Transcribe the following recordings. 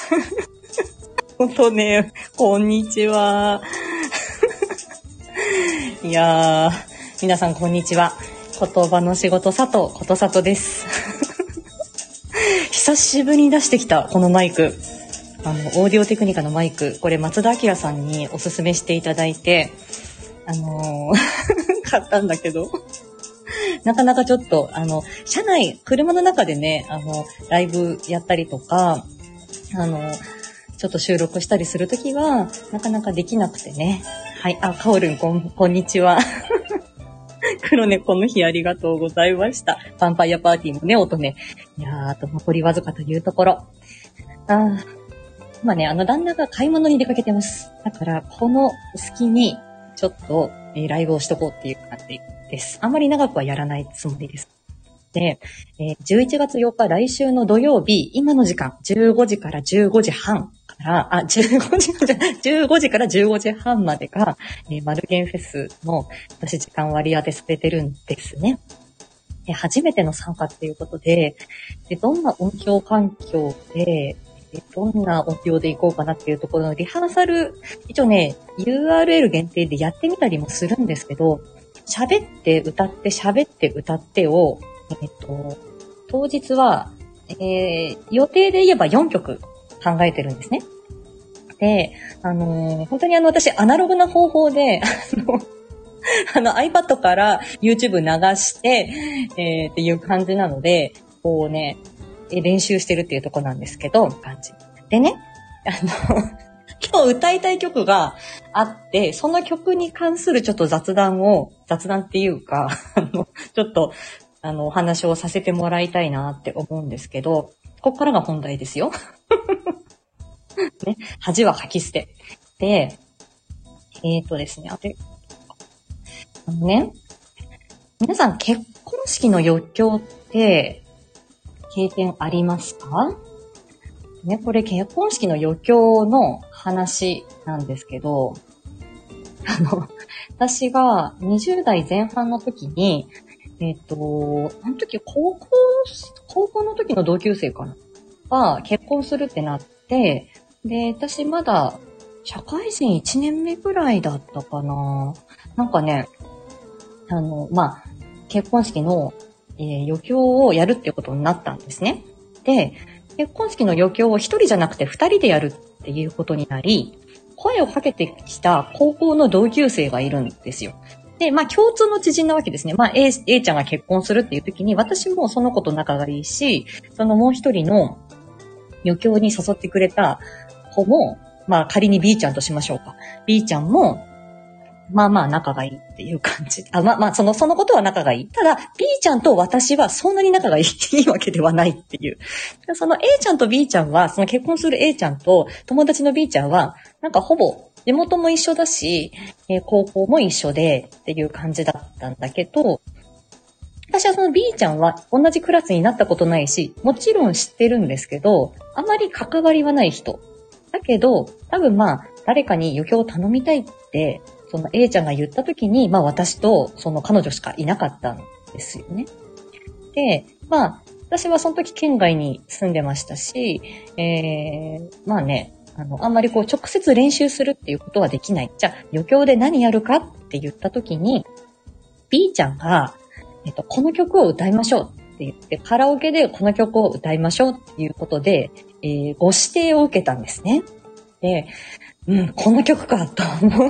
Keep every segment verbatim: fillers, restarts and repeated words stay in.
ほんとね、こんにちは。いやー、皆さんこんにちは。言葉の仕事佐藤ことさとです。久しぶりに出してきたこのマイク。あの、オーディオテクニカのマイク。これ松田明さんにおすすめしていただいて、あのー、買ったんだけど。なかなかちょっと、あの、車内、車の中でね、あの、ライブやったりとか、あの、ちょっと収録したりするときは、なかなかできなくてね。はい、あ、かおるん、こん、こんにちは。黒猫の日ありがとうございました。ヴァンパイアパーティーのね、音ね。いやー、あと残りわずかというところ。あー、今ね、あの、旦那が買い物に出かけてます。だから、この隙に、ちょっと、えー、ライブをしとこうっていう感じです。あんまり長くはやらないつもりです。で、えー、じゅういちがつようか来週の土曜日、今の時間、じゅうごじからじゅうごじはんから、あ、じゅうごじ、じゅうごじからじゅうごじはんまでが、えー、マルゲンフェスの私時間割り当てされてるんですね。えー、初めての参加っていうことで、で、どんな音響環境で、どんな音量で行こうかなっていうところのリハーサル、一応ね、ユーアールエル 限定でやってみたりもするんですけど、喋って歌って喋って歌ってを、えっと、当日は、えー、予定で言えばよんきょく考えてるんですね。で、あのー、本当にあの、私、アナログな方法で、あの、あの iPad から YouTube 流して、えー、っていう感じなので、こうね、練習してるっていうとこなんですけど、感じ。でね、あの、今日歌いたい曲があって、その曲に関するちょっと雑談を、雑談っていうか、あの、ちょっと、あの、お話をさせてもらいたいなって思うんですけど、ここからが本題ですよ。ね、恥は吐き捨て。で、えっとですね、あれ、あのね、皆さん結婚式の余興って経験ありますか？ね、これ結婚式の余興の話なんですけど、あの、私がにじゅうだいぜん半の時に、えっと、あの時高校、高校の時の同級生かなは結婚するってなって、で、私まだ社会人いちねんめぐらいだったかな。なんかね、あの、まあ、結婚式の、えー、余興をやるっていうことになったんですね。で、結婚式の余興を一人じゃなくて二人でやるっていうことになり、声をかけてきた高校の同級生がいるんですよ。で、まあ共通の知人なわけですね。まあ A, A ちゃんが結婚するっていう時に、私もその子と仲がいいし、そのもう一人の余興に誘ってくれた子も、まあ仮に B ちゃんとしましょうか。B ちゃんも、まあまあ仲がいいっていう感じ。あ、まあまあその、そのことは仲がいい。ただ、B ちゃんと私はそんなに仲がいいっていいわけではないっていう。その A ちゃんと B ちゃんは、その結婚する A ちゃんと友達の B ちゃんは、なんかほぼ地元も一緒だし、えー、高校も一緒でっていう感じだったんだけど、私はその B ちゃんは同じクラスになったことないし、もちろん知ってるんですけど、あまり関わりはない人。だけど、多分まあ、誰かに余興を頼みたいって、その A ちゃんが言った時に、まあ私とその彼女しかいなかったんですよね。で、まあ、私はその時県外に住んでましたし、えー、まあね、あの、あんまりこう直接練習するっていうことはできない。じゃあ余興で何やるかって言った時に、B ちゃんが、えっと、この曲を歌いましょうって言って、カラオケでこの曲を歌いましょうっていうことで、えー、ご指定を受けたんですね。で、うん、この曲かと思って、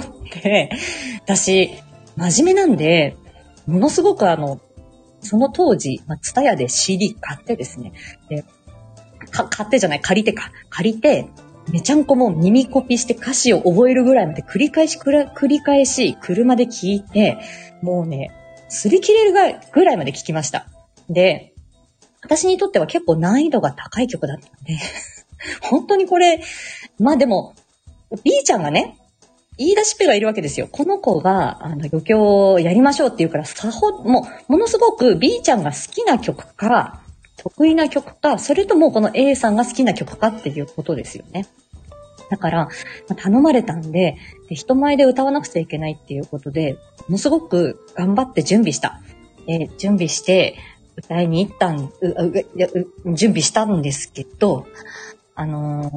私、真面目なんで、ものすごくあの、その当時、まあ、ツタヤで シーディー 買ってですね、でか買ってじゃない、借りてか、借りて、めちゃんこも耳コピして歌詞を覚えるぐらいまで繰り返し繰り返し、車で聴いて、もうね、擦り切れるぐらいまで聴きました。で、私にとっては結構難易度が高い曲だったんで、本当にこれ、まあでも、B ちゃんがね、言い出しっぺがいるわけですよ。この子が、あの、余興をやりましょうって言うから、さほ、もう、ものすごく B ちゃんが好きな曲か、得意な曲か、それともこの A さんが好きな曲かっていうことですよね。だから、頼まれたんで、で人前で歌わなくちゃいけないっていうことで、ものすごく頑張って準備した。で準備して、歌いに行ったん、ううう準備したんですけど、あのー、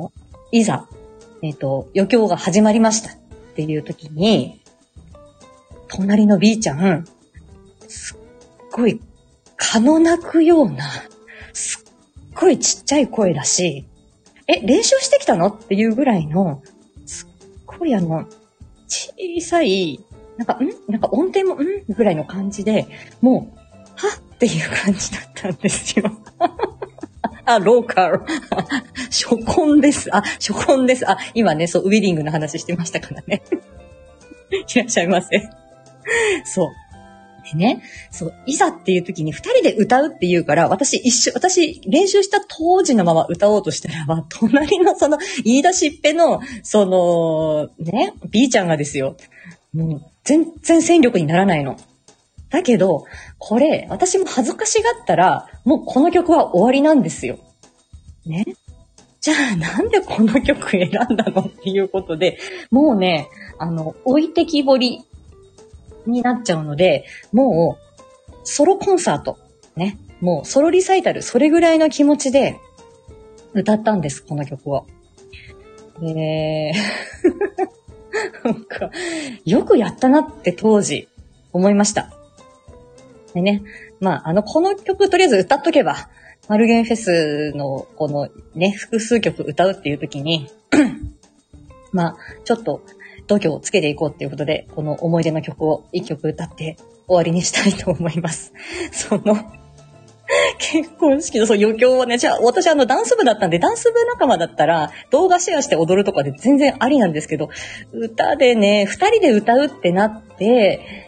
いざ、えっと、余興が始まりましたっていう時に、隣の B ちゃん、すっごい、蚊の鳴くような、すっごいちっちゃい声だし、え、練習してきたのっていうぐらいの、すっごいあの、小さい、なんか、んなんか音程も、んぐらいの感じで、もう、はっていう感じだったんですよ。あ、ローカル。初婚です。あ、初婚です。あ、今ね、そう、ウェディングの話してましたからね。いらっしゃいませ。そう。でね、そう、いざっていう時に二人で歌うって言うから、私一緒、私練習した当時のまま歌おうとしたらば、隣のその言い出しっぺの、その、ね、B ちゃんがですよ。もう全然戦力にならないの。だけど、これ、私も恥ずかしがったら、もうこの曲は終わりなんですよ。ね。じゃあなんでこの曲選んだのっていうことで、もうね、あの、置いてきぼりになっちゃうので、もう、ソロコンサート。ね。もうソロリサイタル、それぐらいの気持ちで歌ったんです、この曲を。で、なんか、よくやったなって当時思いました。でね、まあ、あの、この曲とりあえず歌っとけば、マルゲンフェスのこのね、複数曲歌うっていう時に、まあ、ちょっと度胸をつけていこうっていうことで、この思い出の曲を一曲歌って終わりにしたいと思います。その、結婚式のそう余興をね、じゃあ私あのダンス部だったんで、ダンス部仲間だったら動画シェアして踊るとかで全然ありなんですけど、歌でね、二人で歌うってなって、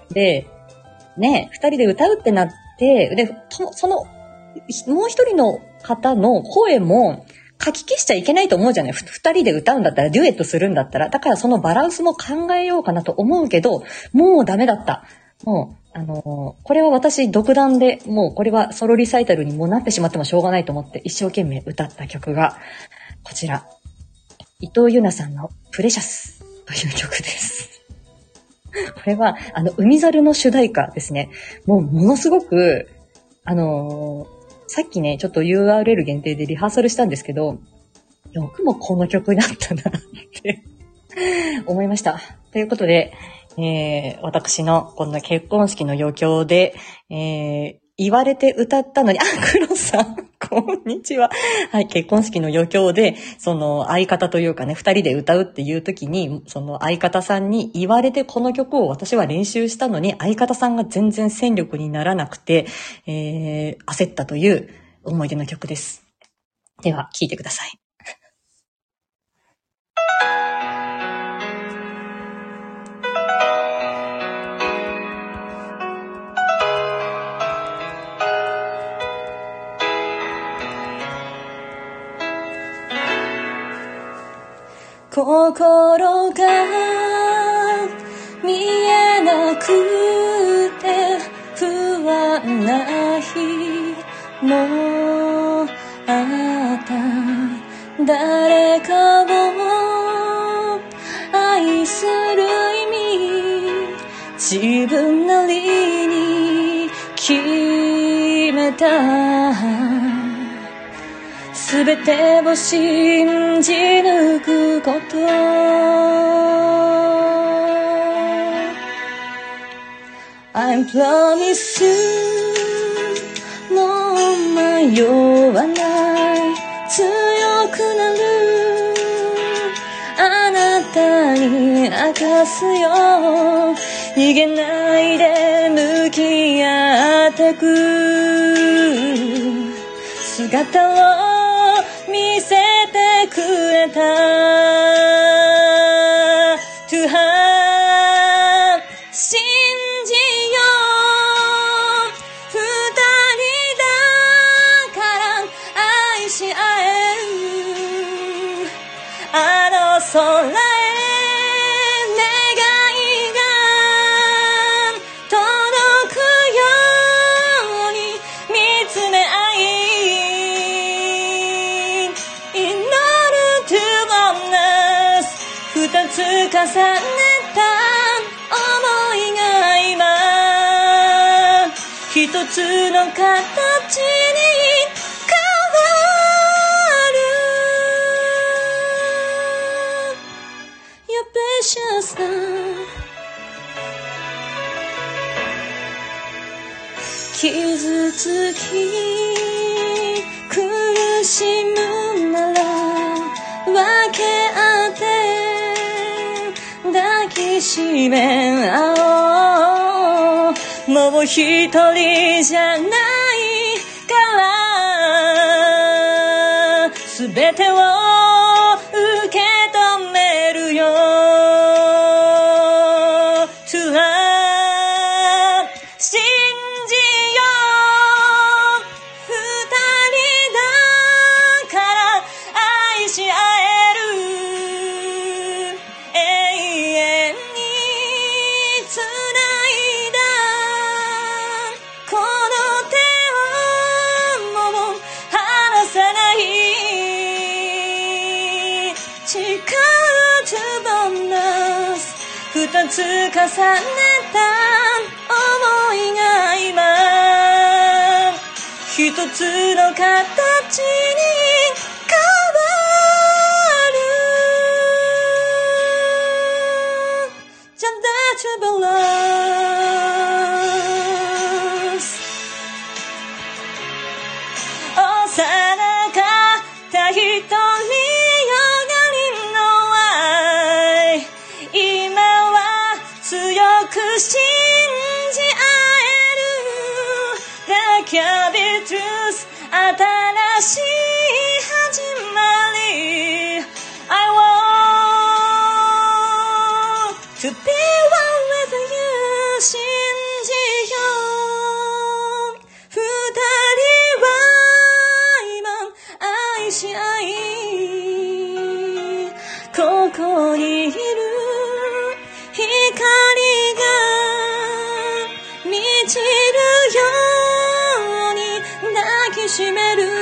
で、ね、二人で歌うってなって、で、その、もう一人の方の声も書き消しちゃいけないと思うじゃない。二人で歌うんだったら、デュエットするんだったら。だからそのバランスも考えようかなと思うけど、もうダメだった。もう、あのー、これは私独断で、もうこれはソロリサイタルにもなってしまってもしょうがないと思って一生懸命歌った曲が、こちら、伊藤優奈さんのプレシャスという曲です。これは、あの、海猿の主題歌ですね。もう、ものすごく、あのー、さっきね、ちょっと ユーアールエル 限定でリハーサルしたんですけど、よくもこの曲になったなって思いました。ということで、えー、私のこんな結婚式の余興で、えー、言われて歌ったのに、あ、黒さん、こんにちは。はい、結婚式の余興で、その相方というかね、二人で歌うっていう時に、その相方さんに言われてこの曲を私は練習したのに、相方さんが全然戦力にならなくて、えー、焦ったという思い出の曲です。では、聴いてください。心が見えなくて不安な日もあった。誰かを愛する意味、自分なりに決めた。すべてを信じ抜くこと。I promise you もう迷わない、強くなるあなたに明かすよ。逃げないで向き合ってく姿を見せてくれた To have 信じよう二人だから愛し合えるあの空へ重ねた想いが今一つの形に変わる precious love 傷つき苦しむなら分け合って抱きしめ合おうもう一人じゃないからすべてを受け止めるよ To love 信じよう二人だから愛し合える永遠につないだこの手をもう離さない誓う to bonus 二つ重ねた想いが今一つの形に変わる Just that you belong 幼かった一人よがりの愛今は強く信じ合える There can be truth 新しい始まり I want to be one with you 信じよう二人は今愛し合いここにいる光が満ちるように抱きしめる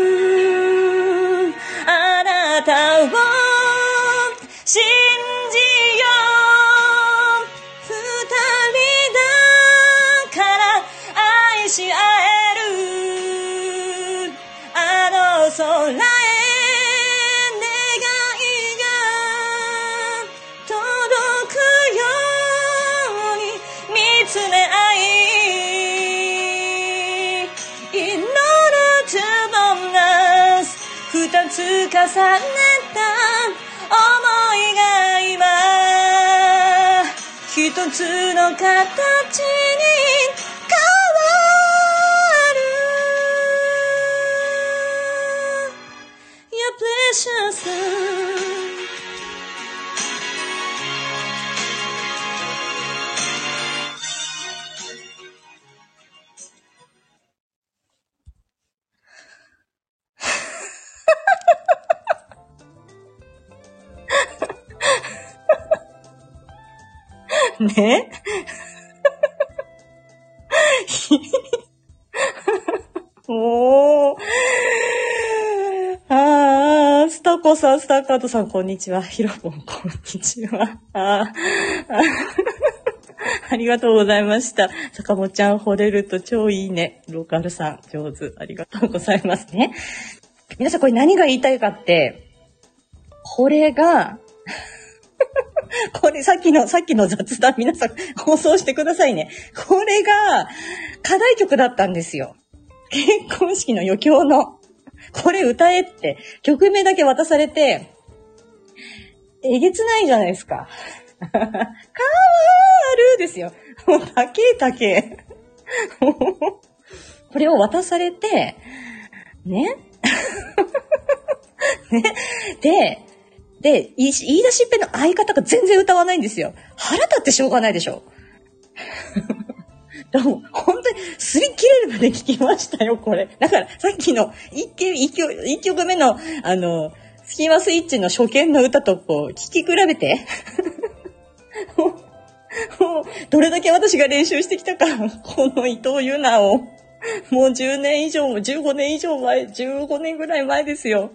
あなたを信じよう二人だから愛し合えるあの空へ願いが届くように見つめ合い祈る to bonus 二つ重ねた想いが今一つの形に変わる Your precious loveねおー。あー、スタコさん、スタカートさん、こんにちは。ヒロポン、こんにちは。あーありがとうございました。坂本ちゃん、惚れると超いいね。ローカルさん、上手。ありがとうございますね。皆さん、これ何が言いたいかって、これが、これさっきの、さっきの雑談皆さん放送してくださいね。これが課題曲だったんですよ。結婚式の余興の。これ歌えって曲名だけ渡されて、えげつないじゃないですか。変わるですよ。もう高え高え。これを渡されて、ね。ね。で、で、言い出しっぺの相方が全然歌わないんですよ。腹立ってしょうがないでしょ。でも、本当に、擦り切れるまで聞きましたよ、これ。だから、さっきの一曲、一曲、一曲目の、あの、スキマスイッチの初見の歌とこう、聞き比べて。もう、どれだけ私が練習してきたか、この伊藤優奈を。もうじゅうねん以上、じゅうごねん以上前、じゅうごねんぐらい前ですよ。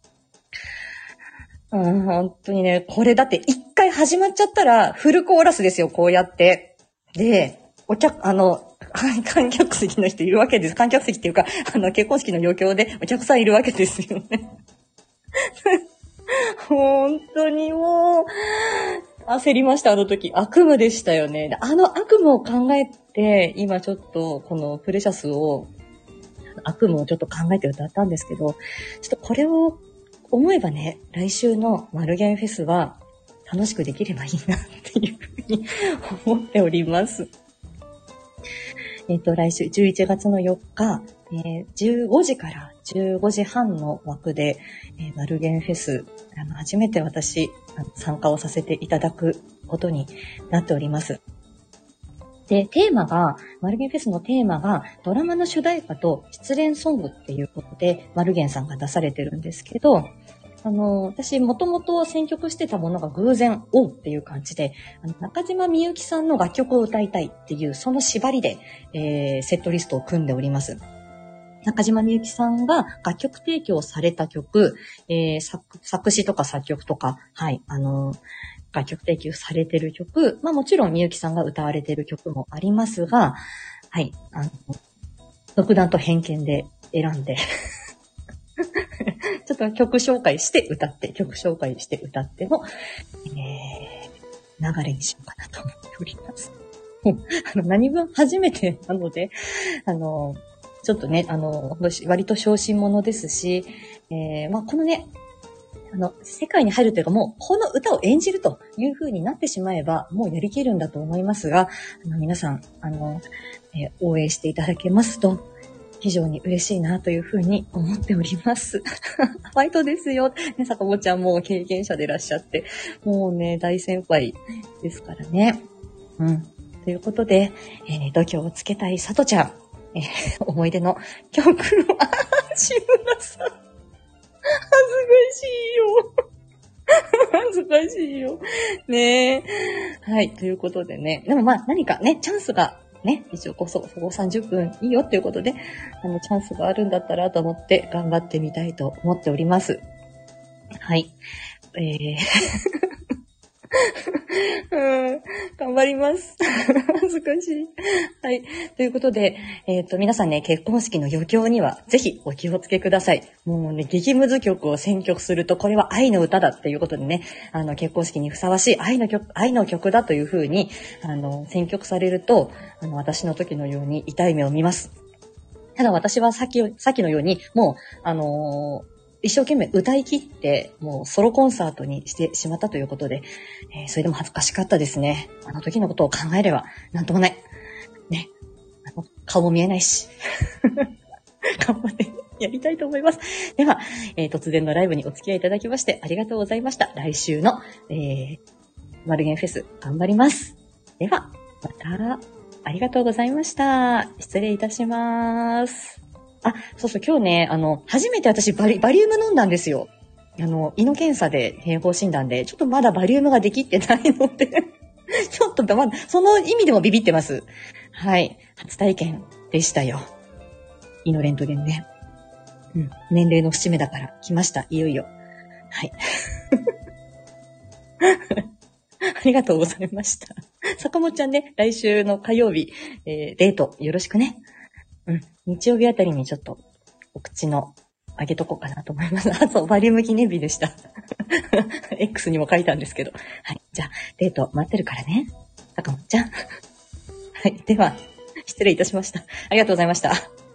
うん、本当にね、これだって一回始まっちゃったらフルコーラスですよ、こうやって。で、お客、あの、観客席の人いるわけです。観客席っていうか、あの、結婚式の余興でお客さんいるわけですよね。本当にもう、 焦りました、あの時。悪夢でしたよね。あの悪夢を考えて、今ちょっとこのプレシャスを、悪夢をちょっと考えて歌ったんですけど、ちょっとこれを思えばね、来週のマルゲンフェスは楽しくできればいいなっていうふうに思っております。えっと、来週じゅういちがつのよっか、えー、じゅうごじからじゅうごじはんの枠で、えー、マルゲンフェス、あの初めて私参加をさせていただくことになっております。で、テーマが、マルゲンフェスのテーマがドラマの主題歌と失恋ソングっていうことで、マルゲンさんが出されてるんですけど、あの、私、もともと選曲してたものが偶然、おうっていう感じで、あの中島みゆきさんの楽曲を歌いたいっていう、その縛りで、えー、セットリストを組んでおります。中島みゆきさんが楽曲提供された曲、えー、作、作詞とか作曲とか、はい、あの、楽曲提供されてる曲、まあもちろんみゆきさんが歌われてる曲もありますが、はい、あの、独断と偏見で選んで、ちょっと曲紹介して歌って、曲紹介して歌っての、えー、流れにしようかなと思っております。あの何分初めてなので、あの、ちょっとね、あの、割と小心者ですし、えー、まあこのね、あの、世界に入るというかもう、この歌を演じるという風になってしまえば、もうやりきるんだと思いますが、あの皆さん、あの、えー、応援していただけますと、非常に嬉しいなという風に思っております。ファイトですよ。ね、坂本ちゃんも経験者でいらっしゃって、もうね、大先輩ですからね。うん。ということで、えー、度胸をつけたいさとちゃん、えー、思い出の曲を、あ、志村さん。恥ずかしいよ。恥ずかしいよ。ねえ。はい。ということでね。でもまあ何かね、チャンスがね、一応こそ、そこさんじゅっぷんいいよっていうことで、あの、チャンスがあるんだったらと思って頑張ってみたいと思っております。はい。えーうん、頑張ります。恥ずかしい。はい。ということで、えっと、皆さんね、結婚式の余興にはぜひお気をつけください。もうね、激ムズ曲を選曲すると、これは愛の歌だっていうことでね、あの、結婚式にふさわしい愛の曲、愛の曲だというふうに、あの、選曲されると、あの、私の時のように痛い目を見ます。ただ私はさっき、さっきのように、もう、あのー、一生懸命歌い切って、もうソロコンサートにしてしまったということで、えー、それでも恥ずかしかったですね。あの時のことを考えれば、なんともない。ね。あの、顔も見えないし。頑張ってやりたいと思います。では、えー、突然のライブにお付き合いいただきましてありがとうございました。来週の、えー、マルゲンフェス頑張ります。では、また、ありがとうございました。失礼いたします。あ、そうそう、今日ね、あの、初めて私バリ、バリウム飲んだんですよ。あの、胃の検査で健康診断で、ちょっとまだバリウムができってないので、ちょっとまだ、その意味でもビビってます。はい。初体験でしたよ。胃のレントゲンね。うん。年齢の節目だから来ました。いよいよ。はい。ありがとうございました。坂本ちゃんね、来週の火曜日、えー、デートよろしくね。うん。日曜日あたりにちょっと、お口のあげとこうかなと思います。あ、そう、バリウム記念日でした。X にも書いたんですけど。はい。じゃあ、デート待ってるからね。坂本ちゃん。はい。では、失礼いたしました。ありがとうございました。